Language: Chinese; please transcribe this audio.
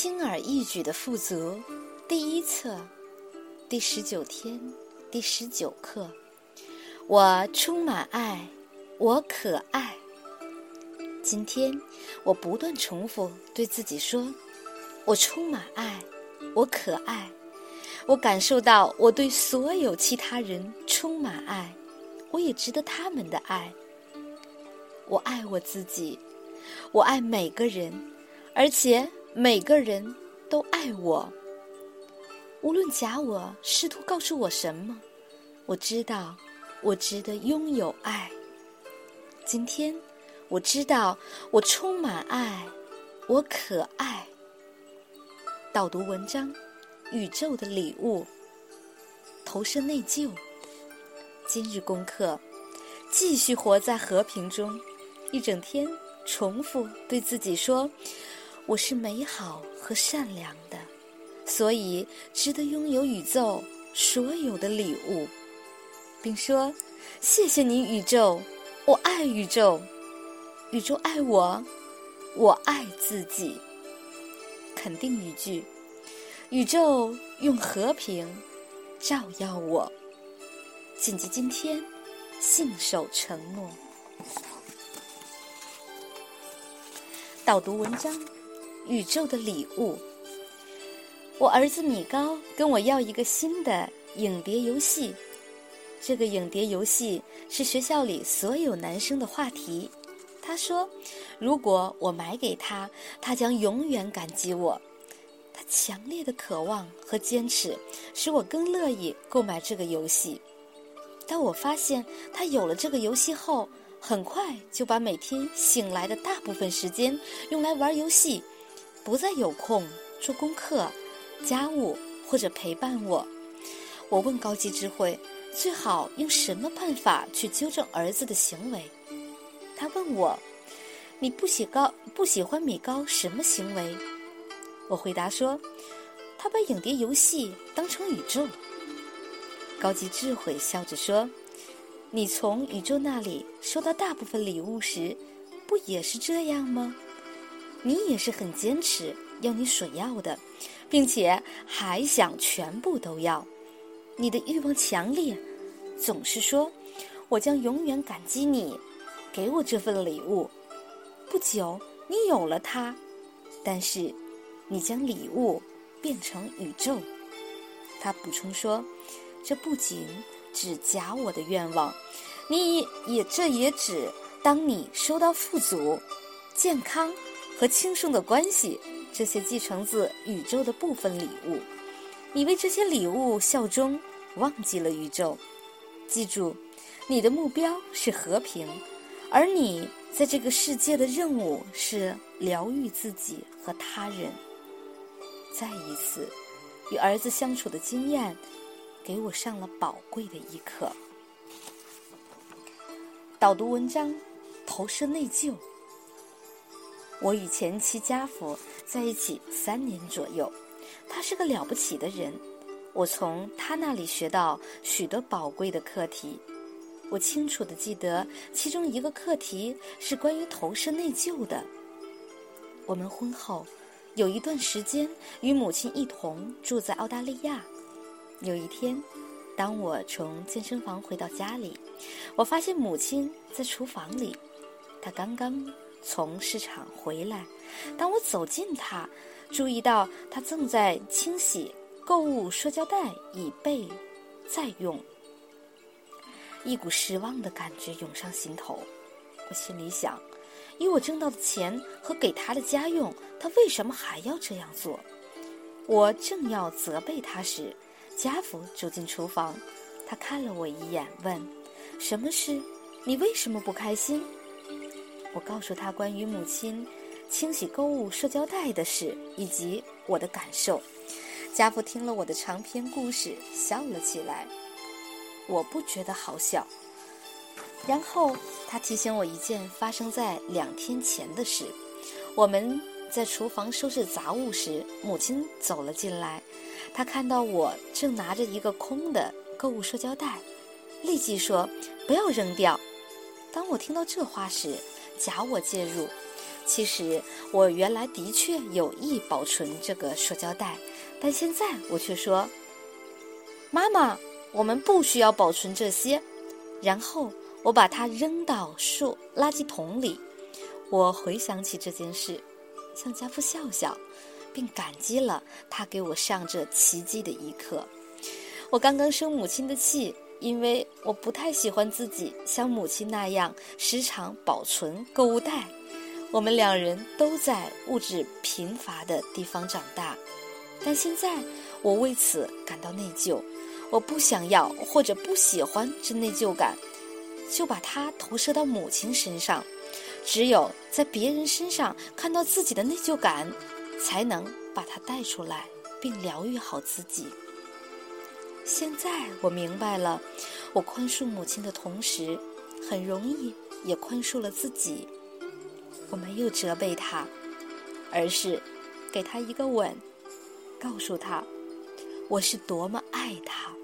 轻而易举的富足第一册第19天第19课。我充满爱，我可爱。今天我不断重复对自己说，我充满爱，我可爱。我感受到我对所有其他人充满爱，我也值得他们的爱。我爱我自己，我爱每个人，而且每个人都爱我。无论假我试图告诉我什么，我知道我值得拥有爱。今天我知道我充满爱，我可爱。导读文章：宇宙的礼物。投身内疚。今日功课：继续活在和平中，一整天重复对自己说，我是美好和善良的，所以值得拥有宇宙所有的礼物，并说，谢谢你宇宙，我爱宇宙，宇宙爱我，我爱自己。肯定语句：宇宙用和平照耀我。谨记今天，信守承诺。导读文章：宇宙的礼物。我儿子米高跟我要一个新的影碟游戏，这个影碟游戏是学校里所有男生的话题。他说，如果我买给他，他将永远感激我。他强烈的渴望和坚持使我更乐意购买这个游戏。当我发现他有了这个游戏后，很快就把每天醒来的大部分时间用来玩游戏，不再有空做功课、家务或者陪伴我。我问高级智慧，最好用什么办法去纠正儿子的行为？他问我，你不喜欢米高什么行为？我回答说，他把影碟游戏当成宇宙。高级智慧笑着说，你从宇宙那里收到大部分礼物时，不也是这样吗？你也是很坚持要你所要的，并且还想全部都要。你的欲望强烈，总是说，我将永远感激你给我这份礼物。不久你有了它，但是你将礼物变成宇宙。他补充说，这不仅指假我的愿望，这也指当你收到富足、健康和轻松的关系，这些继承自宇宙的部分礼物，你为这些礼物效忠，忘记了宇宙。记住，你的目标是和平，而你在这个世界的任务是疗愈自己和他人。再一次，与儿子相处的经验给我上了宝贵的一课。导读文章：投射内疚。我与前妻家福在一起3年左右，他是个了不起的人，我从他那里学到许多宝贵的课题。我清楚地记得其中一个课题是关于投射内疚的。我们婚后有一段时间与母亲一同住在澳大利亚。有一天，当我从健身房回到家里，我发现母亲在厨房里，她刚刚从市场回来。当我走近她，注意到她正在清洗购物塑胶袋以备再用。一股失望的感觉涌上心头，我心里想，以我挣到的钱和给他的家用，他为什么还要这样做？我正要责备他时，家福走进厨房，他看了我一眼，问，什么事？你为什么不开心？我告诉他关于母亲清洗购物塑胶袋的事以及我的感受。家福听了我的长篇故事，笑了起来。我不觉得好笑。然后他提醒我一件发生在2天前的事。我们在厨房收拾杂物时，母亲走了进来，她看到我正拿着一个空的购物塑胶袋，立即说，不要扔掉。当我听到这话时，假我介入， 其实我原来的确有意保存这个塑胶袋，但现在我却说，妈妈，我们不需要保存这些。然后我把它扔到垃圾桶里。我回想起这件事，向家父笑笑，并感激了他给我上这奇迹的一课。我刚刚生母亲的气，因为我不太喜欢自己像母亲那样时常保存购物袋。我们两人都在物质贫乏的地方长大，但现在我为此感到内疚。我不想要或者不喜欢这内疚感，就把它投射到母亲身上。只有在别人身上看到自己的内疚感，才能把它带出来，并疗愈好自己。现在我明白了，我宽恕母亲的同时，很容易也宽恕了自己。我没有责备她，而是给她一个吻，告诉她我是多么爱她。